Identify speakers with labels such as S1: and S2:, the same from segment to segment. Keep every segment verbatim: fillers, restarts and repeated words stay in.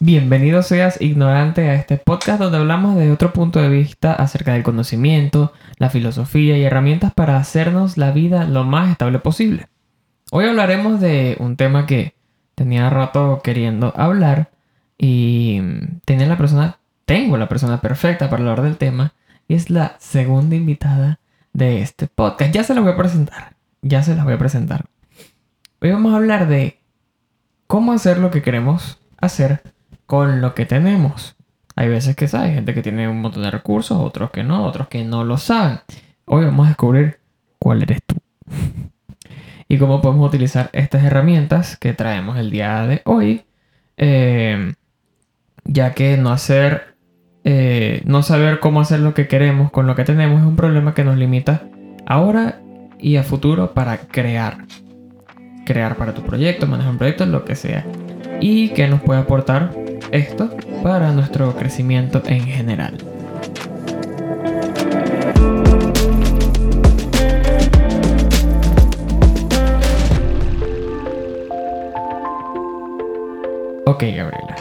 S1: Bienvenido seas ignorante a este podcast donde hablamos de otro punto de vista acerca del conocimiento, la filosofía y herramientas para hacernos la vida lo más estable posible. Hoy hablaremos de un tema que tenía rato queriendo hablar y tenía la persona, tengo la persona perfecta para hablar del tema y es la segunda invitada de este podcast. Ya se la voy a presentar, ya se la voy a presentar. Hoy vamos a hablar de cómo hacer lo que queremos hacer con lo que tenemos. Hay veces que hay gente que tiene un montón de recursos, otros que no, otros que no lo saben. Hoy vamos a descubrir cuál eres tú y cómo podemos utilizar estas herramientas que traemos el día de hoy, eh, ya que no hacer, eh, no saber cómo hacer lo que queremos con lo que tenemos es un problema que nos limita ahora y a futuro para crear. Crear para tu proyecto, manejar un proyecto, lo que sea. Y que nos puede aportar esto para nuestro crecimiento en general. Ok, Gabriela.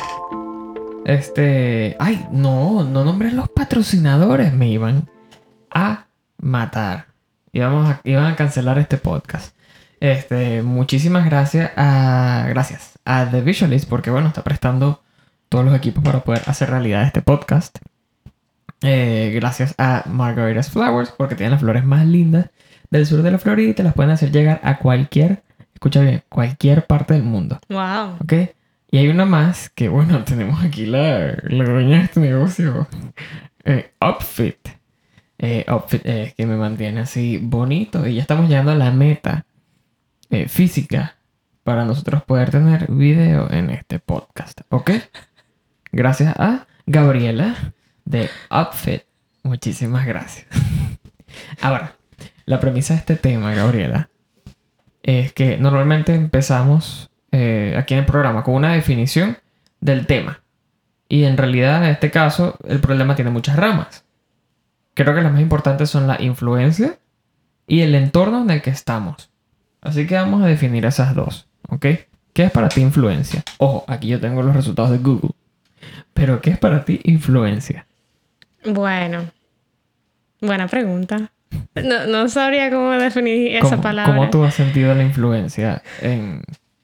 S1: Este... Ay, no, no nombres los patrocinadores. Me iban a matar. Íbamos a, iban a cancelar este podcast. Este, muchísimas gracias a... Gracias a The Visualist porque, bueno, está prestando todos los equipos para poder hacer realidad este podcast. Eh, gracias a Margarita's Flowers porque tienen las flores más lindas del sur de la Florida y te las pueden hacer llegar a cualquier, escucha bien, cualquier parte del mundo.
S2: Wow.
S1: ¿Ok? Y hay una más que, bueno, tenemos aquí la, la dueña de este negocio. Eh, Upfit. Eh, Upfit eh, que me mantiene así bonito y ya estamos llegando a la meta eh, física para nosotros poder tener video en este podcast. ¿Ok? Gracias a Gabriela de Upfit. Muchísimas gracias. Ahora, la premisa de este tema, Gabriela, es que normalmente empezamos eh, aquí en el programa con una definición del tema. Y en realidad, en este caso, el problema tiene muchas ramas. Creo que las más importantes son la influencia y el entorno en el que estamos. Así que vamos a definir esas dos, ¿ok? ¿Qué es para ti influencia? Ojo, aquí yo tengo los resultados de Google. Pero ¿qué es para ti influencia?
S2: Bueno, buena pregunta. No, no sabría cómo definir esa
S1: ¿Cómo,
S2: palabra.
S1: ¿Cómo tú has sentido la influencia en,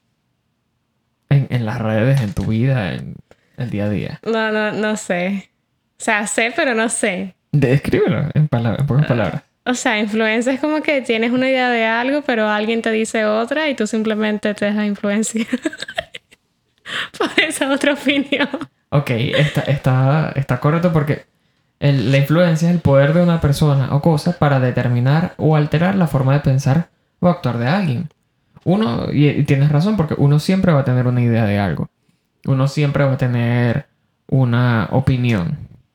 S1: en, en las redes, en tu vida, en el día a día?
S2: No, no, no sé. O sea, sé, pero no sé.
S1: Descríbelo en, palabras, en pocas palabras.
S2: O sea, influencia es como que tienes una idea de algo, pero alguien te dice otra y tú simplemente te dejas influenciar por esa otra opinión.
S1: Ok, está, está, está correcto porque el, la influencia es el poder de una persona o cosa para determinar o alterar la forma de pensar o actuar de alguien. Uno, y, y tienes razón, porque uno siempre va a tener una idea de algo. Uno siempre va a tener una opinión.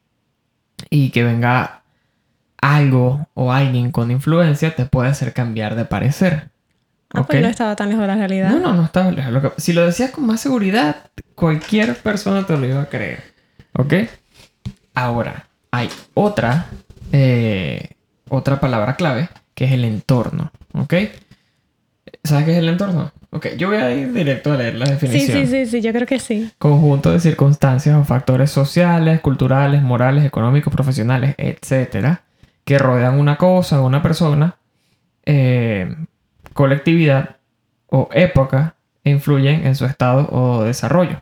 S1: Y que venga algo o alguien con influencia te puede hacer cambiar de parecer.
S2: Ah,
S1: ¿Ok?
S2: pues no estaba tan lejos de la realidad.
S1: No, no, no estaba lejos. Lo que- si lo decías con más seguridad, cualquier persona te lo iba a creer. ¿Ok? Ahora, hay otra, eh, otra palabra clave que es el entorno. ¿Ok? ¿Sabes qué es el entorno? Ok, yo voy a ir directo a leer la
S2: Sí,
S1: definición.
S2: sí, sí, sí, yo creo que sí.
S1: Conjunto de circunstancias o factores sociales, culturales, morales, económicos, profesionales, etcétera, que rodean una cosa o una persona, eh, colectividad o época e influyen en su estado o desarrollo.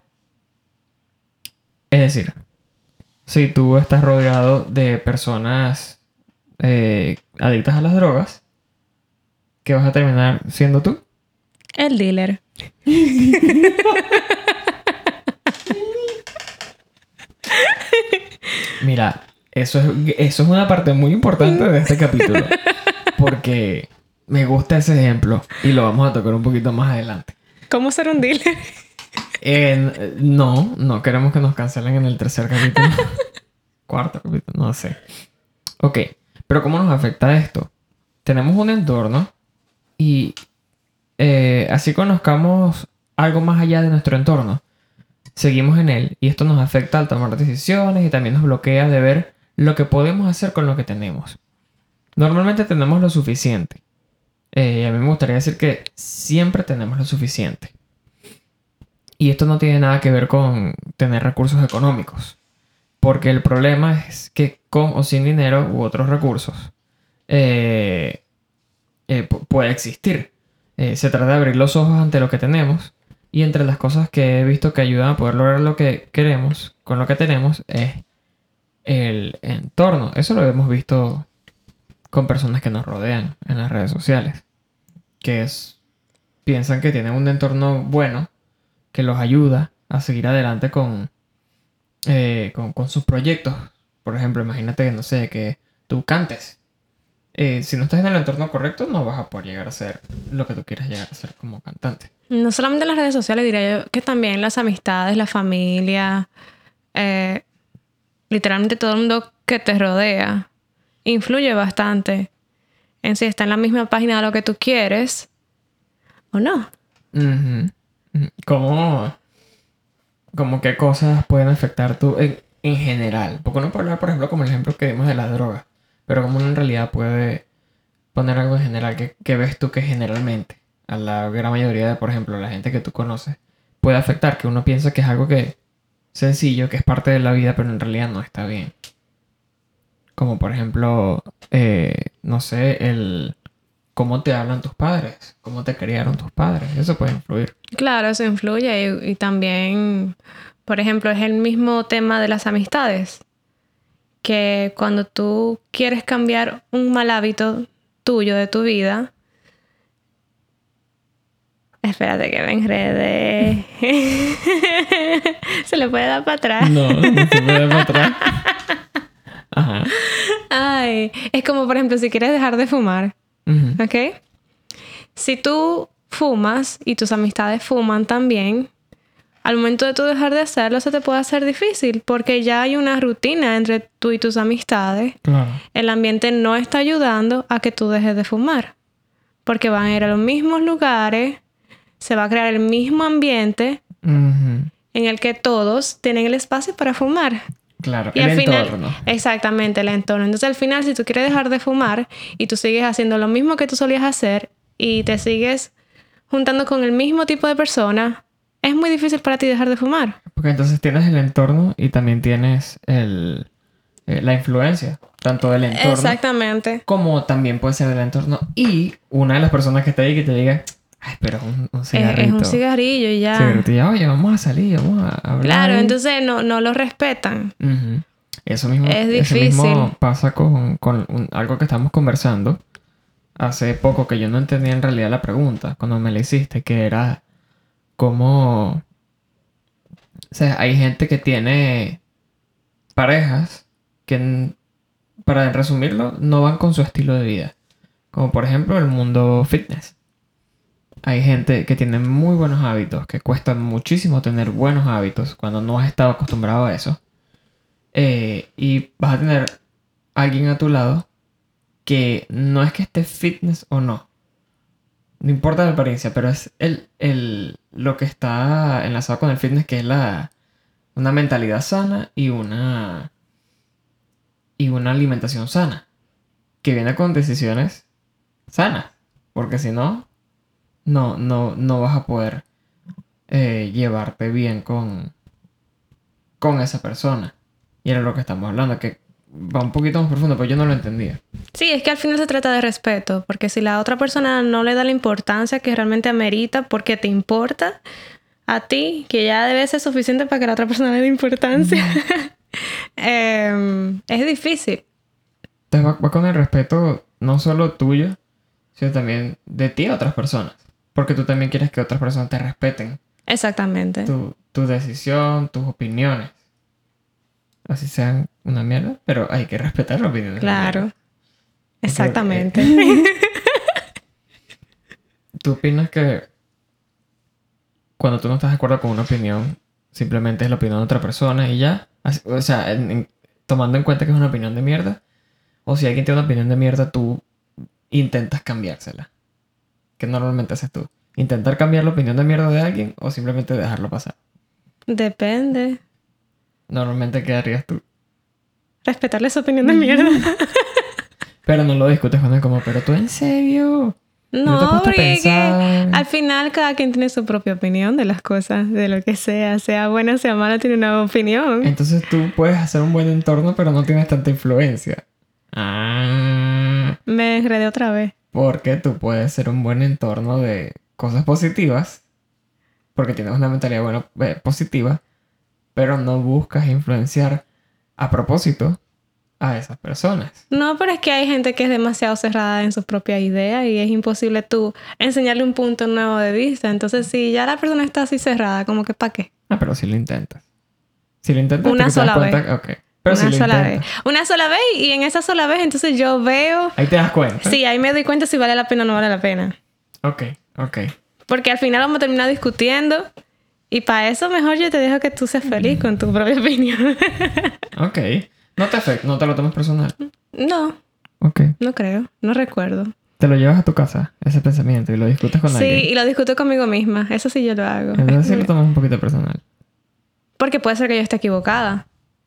S1: Es decir, si tú estás rodeado de personas eh, adictas a las drogas, ¿qué vas a terminar siendo tú?
S2: El dealer.
S1: Mira, eso es, eso es una parte muy importante de este capítulo. Porque me gusta ese ejemplo y lo vamos a tocar un poquito más adelante.
S2: ¿Cómo ser un dealer?
S1: Eh, no, no queremos que nos cancelen en el tercer capítulo. Cuarto capítulo, no sé. Ok, pero ¿cómo nos afecta esto? Tenemos un entorno y eh, así conozcamos algo más allá de nuestro entorno. Seguimos en él y esto nos afecta al tomar decisiones y también nos bloquea de ver lo que podemos hacer con lo que tenemos. Normalmente tenemos lo suficiente. Eh, a mí me gustaría decir que siempre tenemos lo suficiente. Y esto no tiene nada que ver con tener recursos económicos. Porque el problema es que con o sin dinero u otros recursos eh, eh, pu- puede existir. Eh, se trata de abrir los ojos ante lo que tenemos. Y entre las cosas que he visto que ayudan a poder lograr lo que queremos con lo que tenemos es el entorno. Eso lo hemos visto con personas que nos rodean en las redes sociales. Que es, piensan que tienen un entorno bueno que los ayuda a seguir adelante con, eh, con, con sus proyectos. Por ejemplo, imagínate, no sé, que tú cantes. Eh, si no estás en el entorno correcto, no vas a poder llegar a ser lo que tú quieras llegar a ser como cantante.
S2: No solamente las redes sociales, diría yo, que también las amistades, la familia, eh, literalmente todo el mundo que te rodea, influye bastante en si está en la misma página de lo que tú quieres o no.
S1: Ujú. Ujú. ¿Cómo, cómo qué cosas pueden afectar tú en, en general? Porque uno puede hablar, por ejemplo, como el ejemplo que dimos de las drogas, pero como uno en realidad puede poner algo en general que, que ves tú que generalmente a la gran mayoría de, por ejemplo, la gente que tú conoces, puede afectar, que uno piensa que es algo que sencillo, que es parte de la vida, pero en realidad no está bien. Como por ejemplo, eh, no sé, el cómo te hablan tus padres, cómo te criaron tus padres, eso puede influir.
S2: Claro, eso influye y, y también, por ejemplo, es el mismo tema de las amistades, que cuando tú quieres cambiar un mal hábito tuyo de tu vida, espérate que me enredé. Se le puede dar para atrás.
S1: No, no se puede para atrás. Ajá.
S2: Ay, es como por ejemplo si quieres dejar de fumar,
S1: Ujú.
S2: ¿ok? Si tú fumas y tus amistades fuman también, al momento de tú dejar de hacerlo se te puede hacer difícil porque ya hay una rutina entre tú y tus amistades.
S1: Claro.
S2: El ambiente no está ayudando a que tú dejes de fumar porque van a ir a los mismos lugares, se va a crear el mismo ambiente
S1: Ujú.
S2: en el que todos tienen el espacio para fumar.
S1: Claro,
S2: Y
S1: el
S2: al final,
S1: entorno.
S2: exactamente, el entorno. Entonces, al final, si tú quieres dejar de fumar y tú sigues haciendo lo mismo que tú solías hacer y te sigues juntando con el mismo tipo de personas, es muy difícil para ti dejar de fumar.
S1: Porque entonces tienes el entorno y también tienes el, eh, la influencia, tanto del entorno
S2: Exactamente.
S1: como también puede ser del entorno y una de las personas que está ahí que te diga, ay, pero un, un
S2: Es,
S1: cigarrito.
S2: es un cigarrillo y ya.
S1: Cigarrito y ya, oye, vamos a salir, vamos a hablar.
S2: Claro,
S1: ahí.
S2: entonces no, no lo respetan.
S1: Ujú. Eso mismo,
S2: Es
S1: eso
S2: difícil.
S1: mismo pasa con, con un- algo que estamos conversando hace poco que yo no entendía en realidad la pregunta cuando me la hiciste, que era cómo... O sea, hay gente que tiene parejas que, n- para resumirlo, no van con su estilo de vida. Como por ejemplo el mundo fitness. Hay gente que tiene muy buenos hábitos, que cuesta muchísimo tener buenos hábitos cuando no has estado acostumbrado a eso. Eh, y vas a tener alguien a tu lado que no es que esté fitness o no. No importa la apariencia, pero es el, el, lo que está enlazado con el fitness, que es la, una mentalidad sana y una, y una alimentación sana. Que viene con decisiones sanas. Porque si no, no, no, no vas a poder eh, llevarte bien con, con esa persona. Y era lo que estamos hablando, que va un poquito más profundo, pero yo no lo entendía.
S2: Sí, es que al final se trata de respeto, porque si la otra persona no le da la importancia que realmente amerita porque te importa a ti, que ya debe ser suficiente para que la otra persona le dé importancia, eh, es difícil.
S1: Entonces va, va con el respeto no solo tuyo, sino también de ti a otras personas. Porque tú también quieres que otras personas te respeten
S2: Exactamente.
S1: tu, tu decisión, tus opiniones. Así sean una mierda, pero hay que respetar las opiniones. de
S2: Claro.
S1: mierda.
S2: Exactamente.
S1: Eh, ¿Tú opinas que cuando tú no estás de acuerdo con una opinión, simplemente es la opinión de otra persona y ya? Así- O sea, en- en- tomando en cuenta que es una opinión de mierda, o si alguien tiene una opinión de mierda, tú intentas cambiársela. ¿Qué normalmente haces tú? ¿Intentar cambiar la opinión de mierda de alguien o simplemente dejarlo pasar?
S2: Depende.
S1: Normalmente, ¿qué harías tú?
S2: Respetarle su opinión de mierda.
S1: Pero no lo discutes con él como, pero tú en serio.
S2: No,
S1: ¿No te has puesto a
S2: porque es que
S1: pensar?
S2: al final cada quien tiene su propia opinión de las cosas, de lo que sea, sea bueno, sea malo, tiene una opinión.
S1: Entonces tú puedes hacer un buen entorno, pero no tienes tanta influencia. Ah,
S2: Me enredé otra vez.
S1: porque tú puedes ser un buen entorno de cosas positivas, porque tienes una mentalidad buena, eh, positiva, pero no buscas influenciar a propósito a esas personas.
S2: No, pero es que hay gente que es demasiado cerrada en sus propias ideas y es imposible tú enseñarle un punto nuevo de vista. Entonces, si ya la persona está así cerrada, como que ¿para qué?
S1: Ah, pero si lo intentas. Si lo intentas,
S2: Una
S1: te das
S2: sola
S1: cuenta.
S2: vez.
S1: Ok. Pero si
S2: Una
S1: lo
S2: sola
S1: intentas,
S2: vez. Una sola vez y en esa sola vez entonces yo veo...
S1: ahí te das cuenta.
S2: Sí, ahí me doy cuenta si vale la pena o no vale la pena.
S1: Ok, ok.
S2: Porque al final vamos a terminar discutiendo y para eso mejor yo te dejo que tú seas feliz con tu propia opinión.
S1: Ok. No te afecta, no te lo tomes personal.
S2: No,
S1: Ok.
S2: no creo, no recuerdo.
S1: Te lo llevas a tu casa, ese pensamiento, y lo discutes con
S2: Sí,
S1: alguien.
S2: y lo discuto conmigo misma. Eso sí yo lo hago.
S1: Entonces sí
S2: Es-
S1: lo tomas un poquito personal.
S2: Porque puede ser que yo esté equivocada.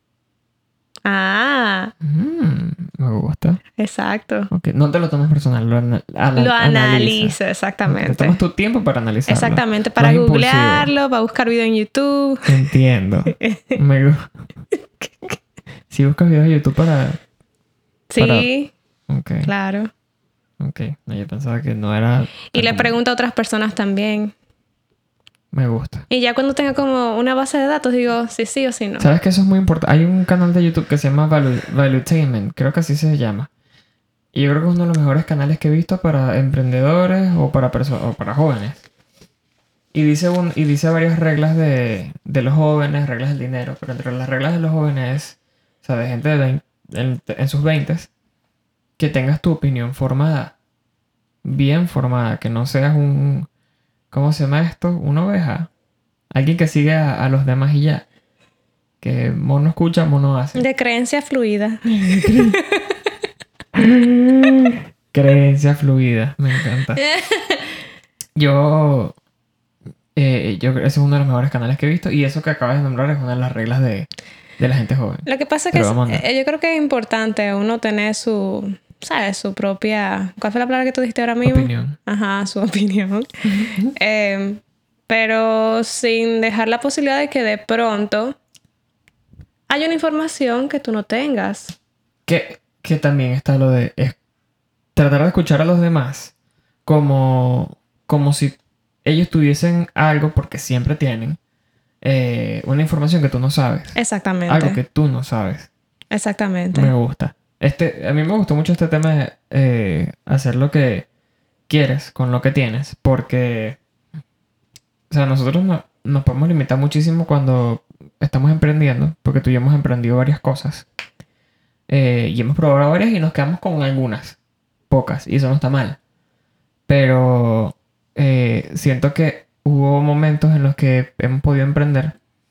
S2: Ah,
S1: Mm, me gusta.
S2: exacto.
S1: Ok. No te lo tomes personal, lo, ana- ana-
S2: Lo
S1: analiza.
S2: analizo,
S1: Te
S2: exactamente.
S1: tomas tu tiempo para analizarlo.
S2: Exactamente,
S1: No
S2: para
S1: es impulsivo.
S2: googlearlo, para buscar video en YouTube.
S1: Entiendo. Me gu- Si buscas videos de YouTube para...
S2: Sí,
S1: Ok.
S2: claro.
S1: Ok. No, yo pensaba que no era...
S2: Y le
S1: como-
S2: pregunto a otras personas también.
S1: Me gusta.
S2: Y ya cuando tenga como una base de datos, digo sí, sí o sí no.
S1: ¿Sabes que eso es muy importante? Hay un canal de YouTube que se llama Valu Valutainment, creo que así se llama. Y yo creo que es uno de los mejores canales que he visto para emprendedores o para perso- o para jóvenes. Y dice, un, y dice varias reglas de, de los jóvenes, reglas del dinero. Pero entre las reglas de los jóvenes, o sea, de gente de veinte en, en sus veintes, que tengas tu opinión formada. Bien formada. Que no seas un... ¿Cómo se llama esto? Una oveja. Alguien que sigue a, a los demás y ya. Que mono escucha, mono hace.
S2: De creencia fluida.
S1: Creencia fluida, me encanta. Yo, eh, yo creo que ese es uno de los mejores canales que he visto y eso que acabas de nombrar es una de las reglas de, de la gente joven.
S2: Lo que pasa es
S1: Te
S2: que
S1: lo
S2: es-
S1: voy a mandar.
S2: eh, yo creo que es importante uno tener su, ¿sabes? Su propia... ¿Cuál fue la palabra que tú dijiste ahora mismo?
S1: Opinión.
S2: Ajá, su opinión. Eh, pero sin dejar la posibilidad de que de pronto haya una información que tú no tengas.
S1: Que, que también está lo de es tratar de escuchar a los demás como, como si ellos tuviesen algo, porque siempre tienen, eh, una información que tú no sabes.
S2: Exactamente.
S1: Algo que tú no sabes.
S2: Exactamente.
S1: Me gusta. Este, a mí me gustó mucho este tema de eh, hacer lo que quieres con lo que tienes. Porque, o sea, nosotros no- nos podemos limitar muchísimo cuando estamos emprendiendo. Porque tú y yo hemos emprendido varias cosas. Eh, y hemos probado varias y nos quedamos con algunas. Pocas. Y eso no está mal. Pero eh, siento que hubo momentos en los que hemos podido emprender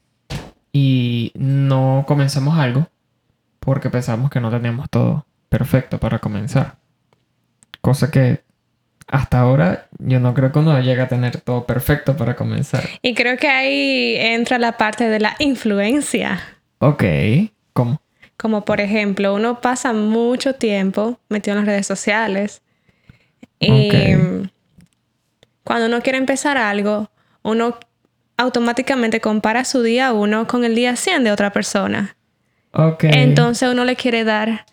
S1: y no comenzamos algo porque pensamos que no teníamos todo perfecto para comenzar. Cosa que hasta ahora yo no creo que uno llegue a tener todo perfecto para comenzar.
S2: Y creo que ahí entra la parte de la influencia.
S1: Ok, ¿cómo?
S2: Como por ejemplo, uno pasa mucho tiempo metido en las redes sociales y
S1: Ok.
S2: cuando uno quiere empezar algo, uno automáticamente compara su día uno con el día cien de otra persona.
S1: Ok.
S2: Entonces uno le quiere dar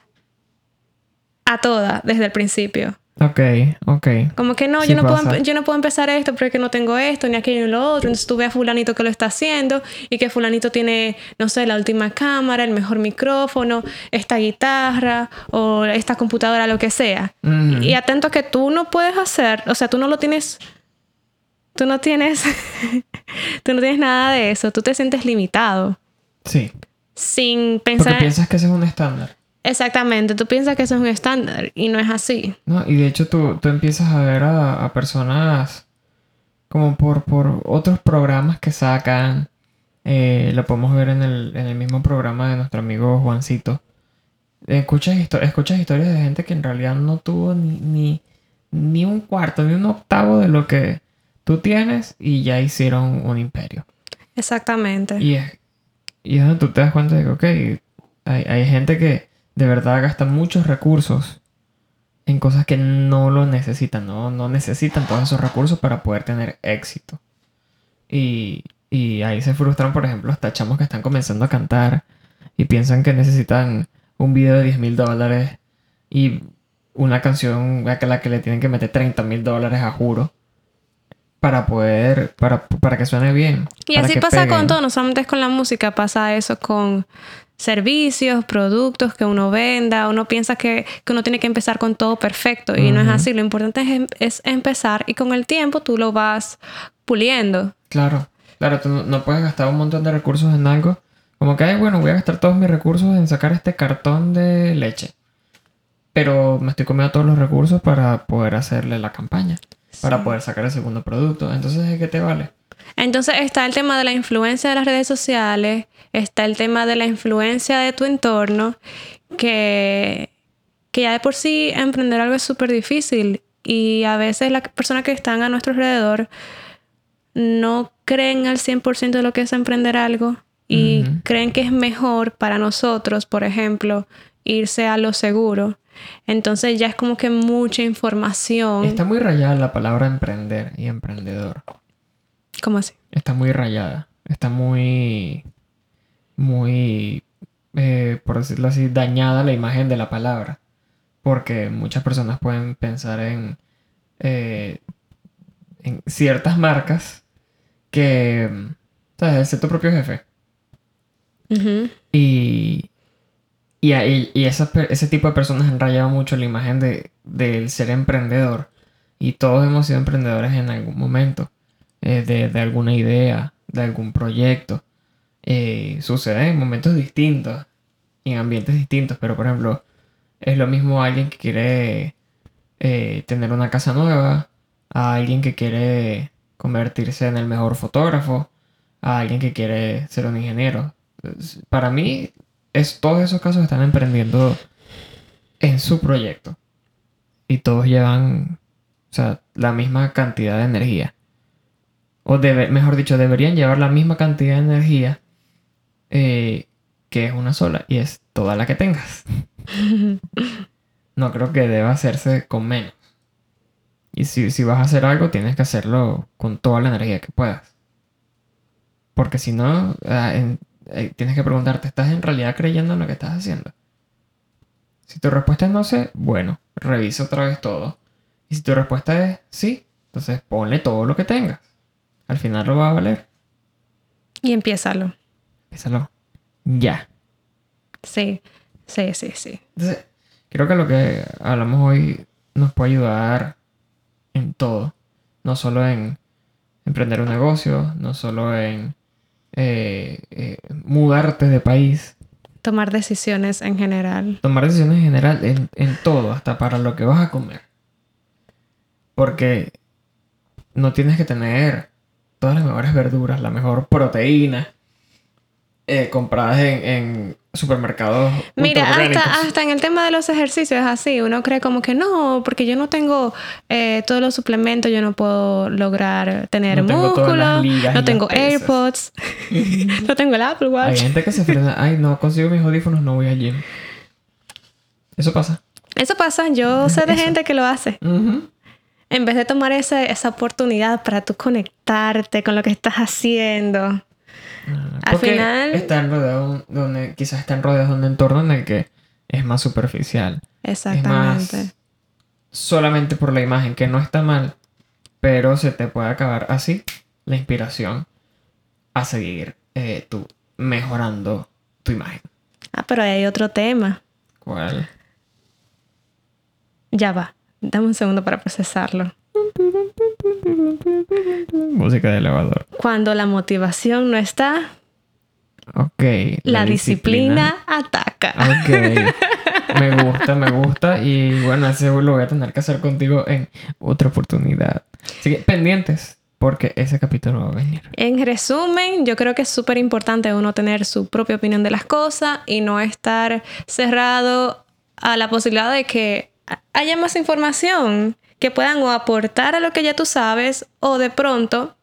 S2: a toda desde el principio.
S1: Ok, ok.
S2: Como que no,
S1: Sí
S2: yo, no puedo,
S1: pasa.
S2: empe- yo no puedo empezar esto porque no tengo esto, ni aquello, ni lo otro. Entonces tú ves a fulanito que lo está haciendo y que fulanito tiene, no sé, la última cámara, el mejor micrófono, esta guitarra o esta computadora, lo que sea.
S1: Ujú.
S2: Y atento a que tú no puedes hacer, o sea, tú no lo tienes, tú no tienes, tú no tienes nada de eso. Tú te sientes limitado
S1: Sí.
S2: sin
S1: Porque
S2: pensar...
S1: piensas que ese es un estándar.
S2: Exactamente, tú piensas que eso es un estándar y no es así.
S1: No, y de hecho tú, tú empiezas a ver a, a personas como por, por otros programas que sacan. Eh, lo podemos ver en el, en el mismo programa de nuestro amigo Juancito. Escuchas, histo- escuchas historias de gente que en realidad no tuvo ni, ni, ni un cuarto, ni un octavo de lo que tú tienes y ya hicieron un imperio.
S2: Exactamente.
S1: Y es, y es donde tú te das cuenta de que, ok, hay, hay gente que de verdad gasta muchos recursos en cosas que no lo necesitan, ¿no? No necesitan todos esos recursos para poder tener éxito. Y, y ahí se frustran, por ejemplo, hasta chamos que están comenzando a cantar y piensan que necesitan un video de diez mil dólares y una canción a la que le tienen que meter treinta mil dólares a juro para poder, para, para que suene bien.
S2: Y
S1: para
S2: así
S1: que
S2: pasa
S1: peguen.
S2: con todo, no solamente es con la música, pasa eso con servicios, productos que uno venda. Uno piensa que, que uno tiene que empezar con todo perfecto y
S1: Uh-huh.
S2: no es así. Lo importante es, em- es empezar y con el tiempo tú lo vas puliendo.
S1: Claro, claro, tú no, no puedes gastar un montón de recursos en algo. Como que, ay, bueno, voy a gastar todos mis recursos en sacar este cartón de leche. Pero me estoy comiendo todos los recursos para poder hacerle la campaña. Para poder sacar el segundo producto. Entonces, ¿de qué te vale?
S2: Entonces está el tema de la influencia de las redes sociales, está el tema de la influencia de tu entorno, que, que ya de por sí emprender algo es súper difícil y a veces las personas que están a nuestro alrededor no creen al cien por ciento de lo que es emprender algo y
S1: Ujú.
S2: creen que es mejor para nosotros, por ejemplo, irse a lo seguro. Entonces ya es como que mucha información.
S1: Está muy rayada la palabra emprender y emprendedor.
S2: ¿Cómo así?
S1: Está muy rayada. Está muy... Muy... eh, por decirlo así, dañada la imagen de la palabra. Porque muchas personas pueden pensar en... eh, en ciertas marcas que... ¿Sabes? Ser tu propio jefe.
S2: Ujú.
S1: Y... Y, ahí- y esas pe- ese tipo de personas han rayado mucho la imagen de, del ser emprendedor. Y todos hemos sido emprendedores en algún momento. eh, de, de alguna idea, de algún proyecto. Eh, sucede en momentos distintos. Y en ambientes distintos. Pero por ejemplo, es lo mismo alguien que quiere eh, tener una casa nueva. A alguien que quiere convertirse en el mejor fotógrafo. A alguien que quiere ser un ingeniero. Es- Para mí, es, todos esos casos están emprendiendo en su proyecto. Y todos llevan, o sea, la misma cantidad de energía. O debe, mejor dicho, deberían llevar la misma cantidad de energía eh, que es una sola. Y es toda la que tengas. No creo que deba hacerse con menos. Y si, si vas a hacer algo, tienes que hacerlo con toda la energía que puedas. Porque si no, ah, en- eh, tienes que preguntarte, ¿estás en realidad creyendo en lo que estás haciendo? Si tu respuesta es no sé, bueno, revisa otra vez todo. Y si tu respuesta es sí, entonces ponle todo lo que tengas. Al final lo va a valer.
S2: Y empiézalo.
S1: Piénsalo. Ya.
S2: Sí, sí, sí, sí.
S1: Entonces, creo que lo que hablamos hoy nos puede ayudar en todo. No solo en emprender un negocio, no solo en eh, eh, mudarte de país.
S2: Tomar decisiones en general.
S1: Tomar decisiones en general, en, en todo, hasta para lo que vas a comer. Porque no tienes que tener todas las mejores verduras, la mejor proteína eh, compradas en, en supermercados
S2: Mira,
S1: ultraorgánicos.
S2: hasta, hasta en el tema de los ejercicios es así. Uno cree como que no, porque yo no tengo eh, todos los suplementos, yo no puedo lograr tener
S1: No tengo todas las
S2: músculo,
S1: ligas y
S2: no
S1: las
S2: tengo
S1: pesas.
S2: AirPods, no tengo el Apple
S1: Hay
S2: Watch.
S1: gente que se frena, ay, no consigo mis audífonos, no voy al gym. Eso pasa.
S2: Eso pasa, yo sé de
S1: Eso.
S2: gente que lo hace.
S1: Ujú.
S2: En vez de tomar ese, esa oportunidad para tú conectarte con lo que estás haciendo.
S1: Ah,
S2: Al
S1: porque
S2: final-
S1: están rodeados de un- quizás están rodeados de un entorno en el que es más superficial.
S2: Exactamente.
S1: Es más solamente por la imagen, que no está mal, pero se te puede acabar así la inspiración a seguir eh, tú mejorando tu imagen.
S2: Ah, pero ahí hay otro tema.
S1: ¿Cuál?
S2: Ya va. Dame un segundo para procesarlo.
S1: Música de elevador.
S2: Cuando la motivación no está,
S1: Ok.
S2: la, disciplina, ataca.
S1: Ok. Me gusta, me gusta. Y bueno, ese lo voy a tener que hacer contigo en otra oportunidad. Así que pendientes, porque ese capítulo va a venir.
S2: En resumen, yo creo que es súper importante uno tener su propia opinión de las cosas y no estar cerrado a la posibilidad de que haya más información que puedan o aportar a lo que ya tú sabes o de pronto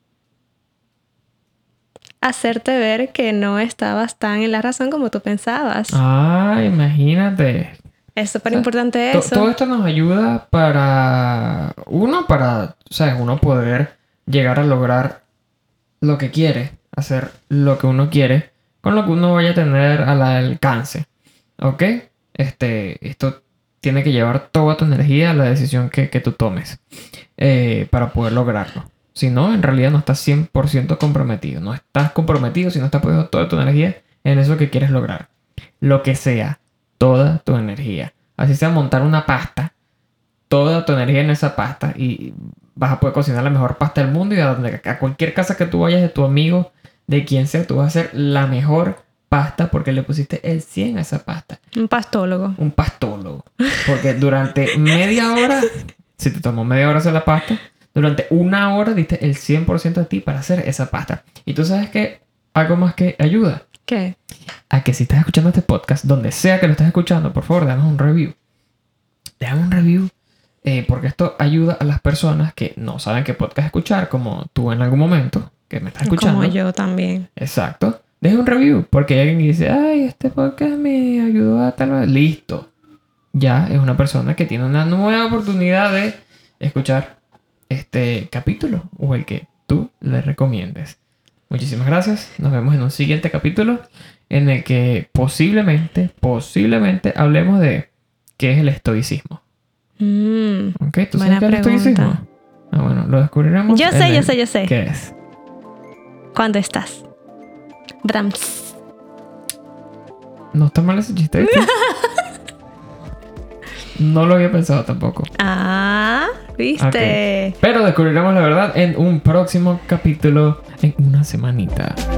S2: hacerte ver que no estabas tan en la razón como tú pensabas.
S1: Ah, imagínate.
S2: Es súper
S1: O sea,
S2: importante
S1: to-
S2: eso.
S1: todo esto nos ayuda para, uno, para, ¿sabes? Uno poder llegar a lograr lo que quiere, hacer lo que uno quiere, con lo que uno vaya a tener al alcance, ¿ok? Este, esto tiene que llevar toda tu energía a la decisión que, que tú tomes eh, para poder lograrlo. Si no, en realidad no estás cien por ciento comprometido. No estás comprometido si no estás poniendo toda tu energía en eso que quieres lograr. Lo que sea, toda tu energía. Así sea montar una pasta, toda tu energía en esa pasta y vas a poder cocinar la mejor pasta del mundo y a, donde, a cualquier casa que tú vayas de tu amigo, de quien sea, tú vas a hacer la mejor pasta porque le pusiste el cien a esa pasta.
S2: Un pastólogo.
S1: Un pastólogo. Porque durante media hora, si te tomó media hora hacer la pasta, durante una hora diste el cien por ciento de ti para hacer esa pasta. Y tú sabes que algo más que ayuda.
S2: ¿Qué?
S1: A que si estás escuchando este podcast, donde sea que lo estés escuchando, por favor, danos un review. Déjame un review. Eh, porque esto ayuda a las personas que no saben qué podcast escuchar, como tú en algún momento, que me estás escuchando.
S2: Como yo también.
S1: Exacto. Deja un review. Porque hay alguien que dice, ay, este podcast me ayudó a tal vez. Listo. Ya es una persona que tiene una nueva oportunidad de escuchar este capítulo o el que tú le recomiendes. Muchísimas gracias. Nos vemos en un siguiente capítulo en el que posiblemente, posiblemente hablemos de qué es el estoicismo.
S2: Mm,
S1: ¿Ok? ¿Tú
S2: buena
S1: sabes qué es el
S2: pregunta.
S1: estoicismo? Ah, bueno, lo descubriremos.
S2: Yo
S1: en
S2: sé, yo
S1: el-
S2: sé, yo sé.
S1: ¿Qué es?
S2: ¿Cuándo estás? Brahms.
S1: No está mal ese chiste, ¿viste? No lo había pensado tampoco.
S2: Ah, ¿viste?
S1: Ok. Pero descubriremos la verdad en un próximo capítulo en una semanita.